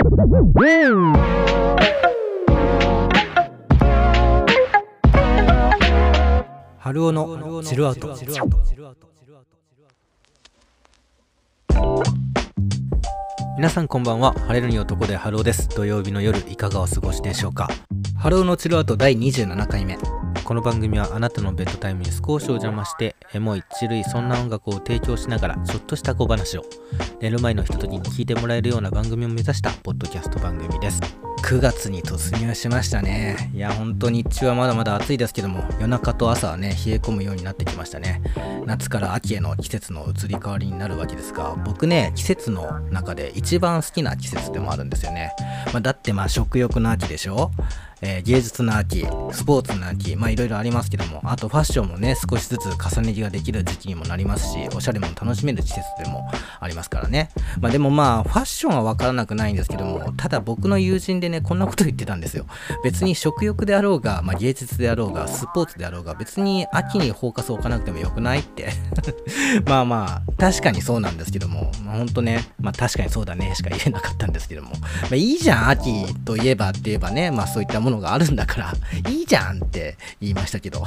春尾のチルアウト。皆さんこんばんは。晴れるに男で春尾です。土曜日の夜いかがお過ごしでしょうか。春尾のチルアウト第27回目。この番組はあなたのベッドタイムに少しお邪魔してエモいチルいそんな音楽を提供しながらちょっとした小話を寝る前のひとときに聞いてもらえるような番組を目指したポッドキャスト番組です。9月に突入しましたね。いや本当日中はまだまだ暑いですけども、夜中と朝はね冷え込むようになってきましたね。夏から秋への季節の移り変わりになるわけですが、僕ね季節の中で一番好きな季節でもあるんですよね。だって食欲の秋でしょ、芸術の秋、スポーツの秋、いろいろありますけども、あとファッションもね少しずつ重ね着ができる時期にもなりますし、おしゃれも楽しめる季節でもありますからね。でもファッションは分からなくないんですけども、ただ僕の友人でねこんなこと言ってたんですよ。別に食欲であろうが、芸術であろうがスポーツであろうが、別に秋にフォーカスを置かなくてもよくないって確かにそうなんですけども、ほんとね確かにそうだねしか言えなかったんですけども、いいじゃん秋といえばって言えばね、そういったものがあるんだからいいじゃんって言いましたけど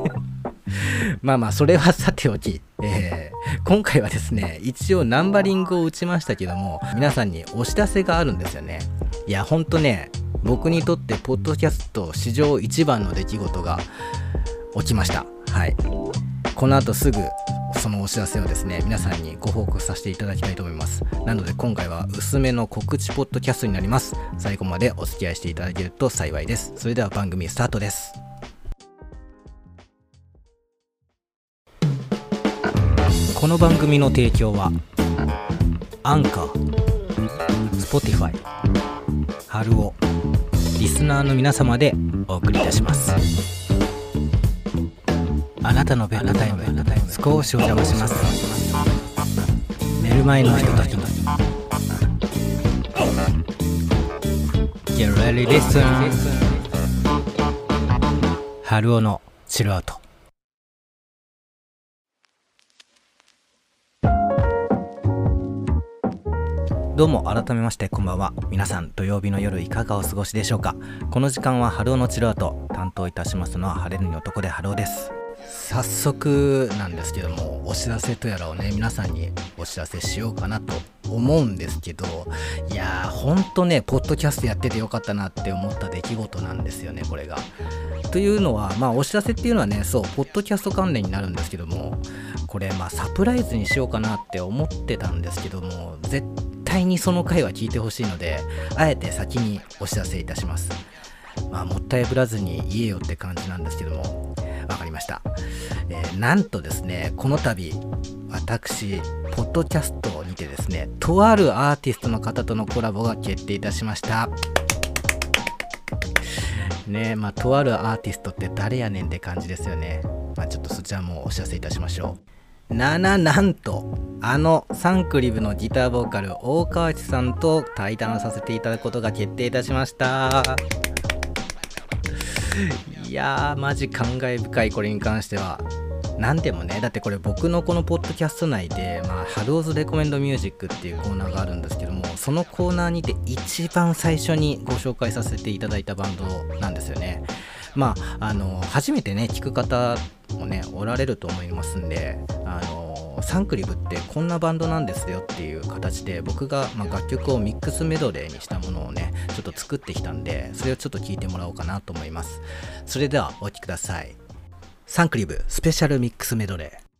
それはさておき、今回はですね一応ナンバリングを打ちましたけども、皆さんにお知らせがあるんですよね。いやほんとね、僕にとってポッドキャスト史上一番の出来事が起きました。はい、この後すぐそのお知らせをですね皆さんにご報告させていただきたいと思います。なので今回は薄めの告知ポッドキャストになります。最後までお付き合いしていただけると幸いです。それでは番組スタートです。この番組の提供はアンカー、スポティファイ、春尾、リスナーの皆様でお送りいたします。あなたのベッドタイム少しお邪魔します。寝る前のひとときに Get ready listen 春尾のチルアウト。どうも改めましてこんばんは。皆さん土曜日の夜いかがお過ごしでしょうか。この時間は春尾のチルアウト、担当いたしますのは晴れるに男で春尾です。早速なんですけども、お知らせとやらをね皆さんにお知らせしようかなと思うんですけど、いやーほんとねポッドキャストやっててよかったなって思った出来事なんですよね、これが。というのはお知らせっていうのはね、そうポッドキャスト関連になるんですけども、これサプライズにしようかなって思ってたんですけども、絶対にその回は聞いてほしいので、あえて先にお知らせいたします。もったいぶらずに言えよって感じなんですけども、わかりました。なんとですね、この度私ポッドキャストにてですね、とあるアーティストの方とのコラボが決定いたしましたね。とあるアーティストって誰やねんって感じですよね。ちょっとそちらもお知らせいたしましょう。なんとサンクリブのギターボーカル大川内さんと対談させていただくことが決定いたしました。いやーマジ感慨深い。これに関してはなんでもね、だってこれ僕のこのポッドキャスト内で春尾ズレコメンドミュージックっていうコーナーがあるんですけども、そのコーナーにて一番最初にご紹介させていただいたバンドなんですよね。初めてね聞く方もねおられると思いますんで、サンクリブってこんなバンドなんですよっていう形で僕が楽曲をミックスメドレーにしたものをねちょっと作ってきたんで、それをちょっと聞いてもらおうかなと思います。それではお聴きください。サンクリブスペシャルミックスメドレー。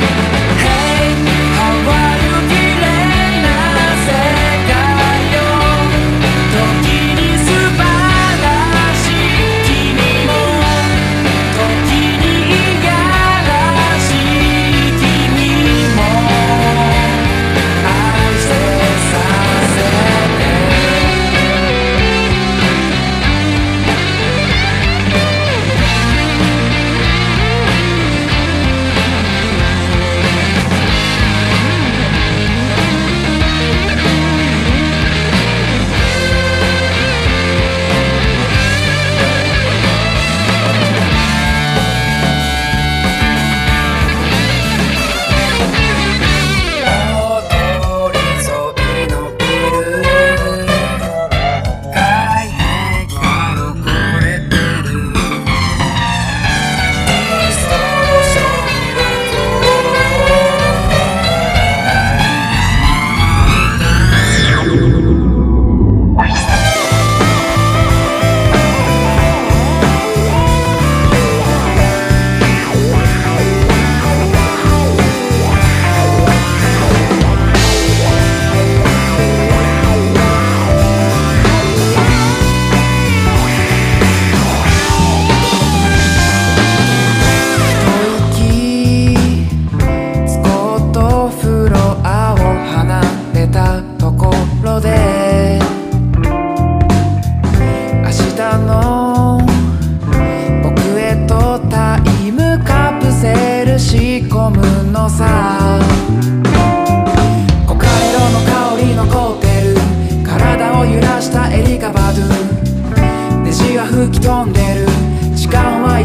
吹き飛んでる時間は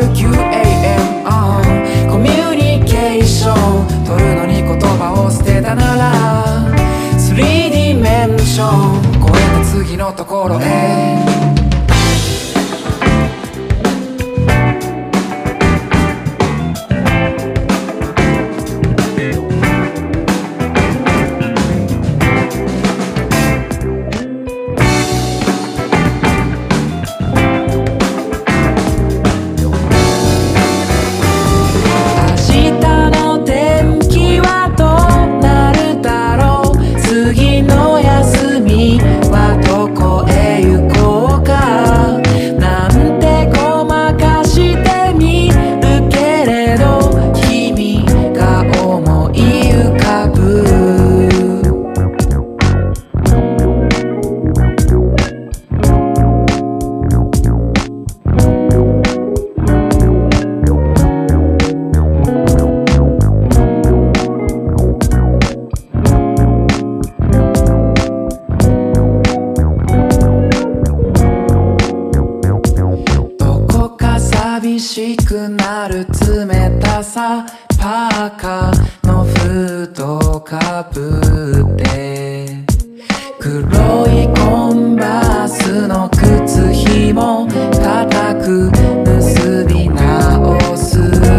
109am、コミュニケーション取るのに言葉を捨てたなら 3 ディメンション超えて次のところへ寂しくなる冷たさパーカーのフードかぶって黒いコンバースの靴ひも固く結び直す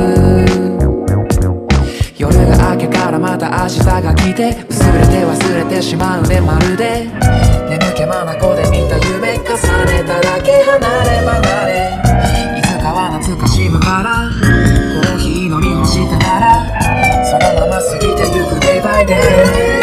夜が明けからまた明日が来て薄れて忘れてしまうねまるで眠気まなこで見た夢重ねただけ離れ離れ懐かしむからコーヒー飲み干したならそのまま過ぎてゆく Day by Day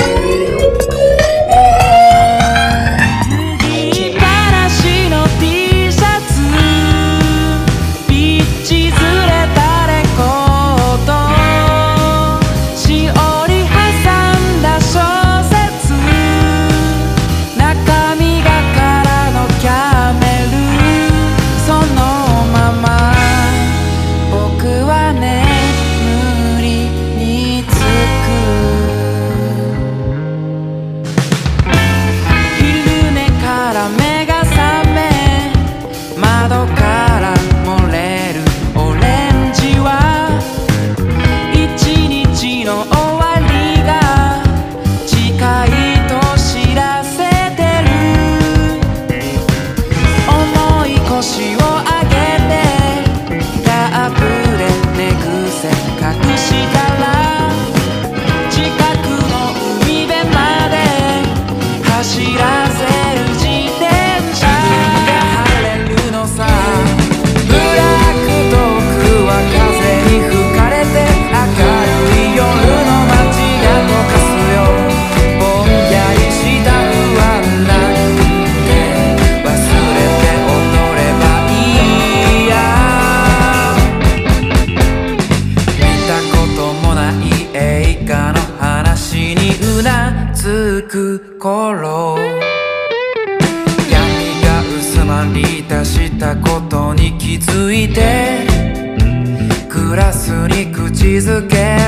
明るいいてグラスに口づける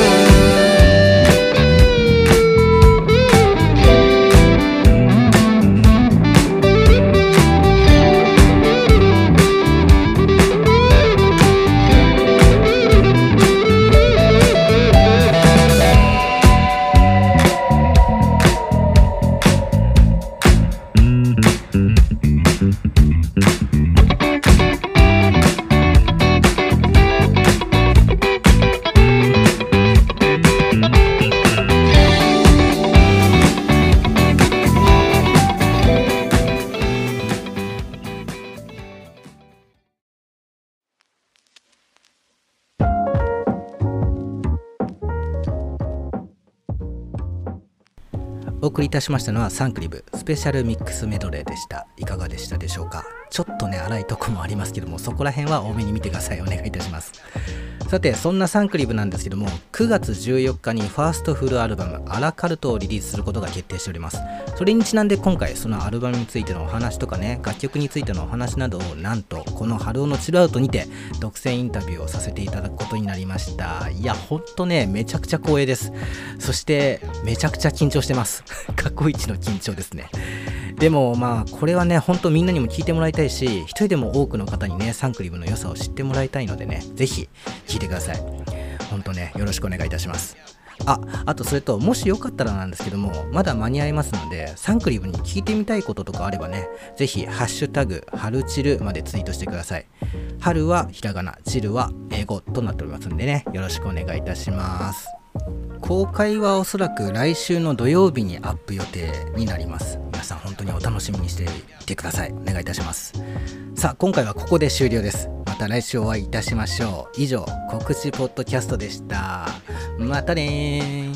お送りいたしましたのはサンクリブスペシャルミックスメドレーでした。いかがでしたでしょうか。ちょっとね荒いとこもありますけども、そこら辺は多めに見てください。お願いいたします。さてそんなサンクリブなんですけども、9月14日にファーストフルアルバムアラカルトをリリースすることが決定しております。それにちなんで今回そのアルバムについてのお話とかね、楽曲についてのお話などをなんとこの春尾のチルアウトにて独占インタビューをさせていただくことになりました。いやほんとねめちゃくちゃ光栄です。そしてめちゃくちゃ緊張してます過去一の緊張ですね。でもまあこれはね本当みんなにも聞いてもらいたいし、一人でも多くの方にねサンクリブの良さを知ってもらいたいのでね、ぜひ聞いてください。本当ねよろしくお願いいたします。あとそれともしよかったらなんですけども、まだ間に合いますのでサンクリブに聞いてみたいこととかあればね、ぜひハッシュタグ春チルまでツイートしてください。春はひらがな、チルは英語となっておりますんでね、よろしくお願いいたします。公開はおそらく来週の土曜日にアップ予定になります。皆さん本当にお楽しみにしていてください。お願いいたします。さあ今回はここで終了です。また来週お会いいたしましょう。以上告知ポッドキャストでした。またねー。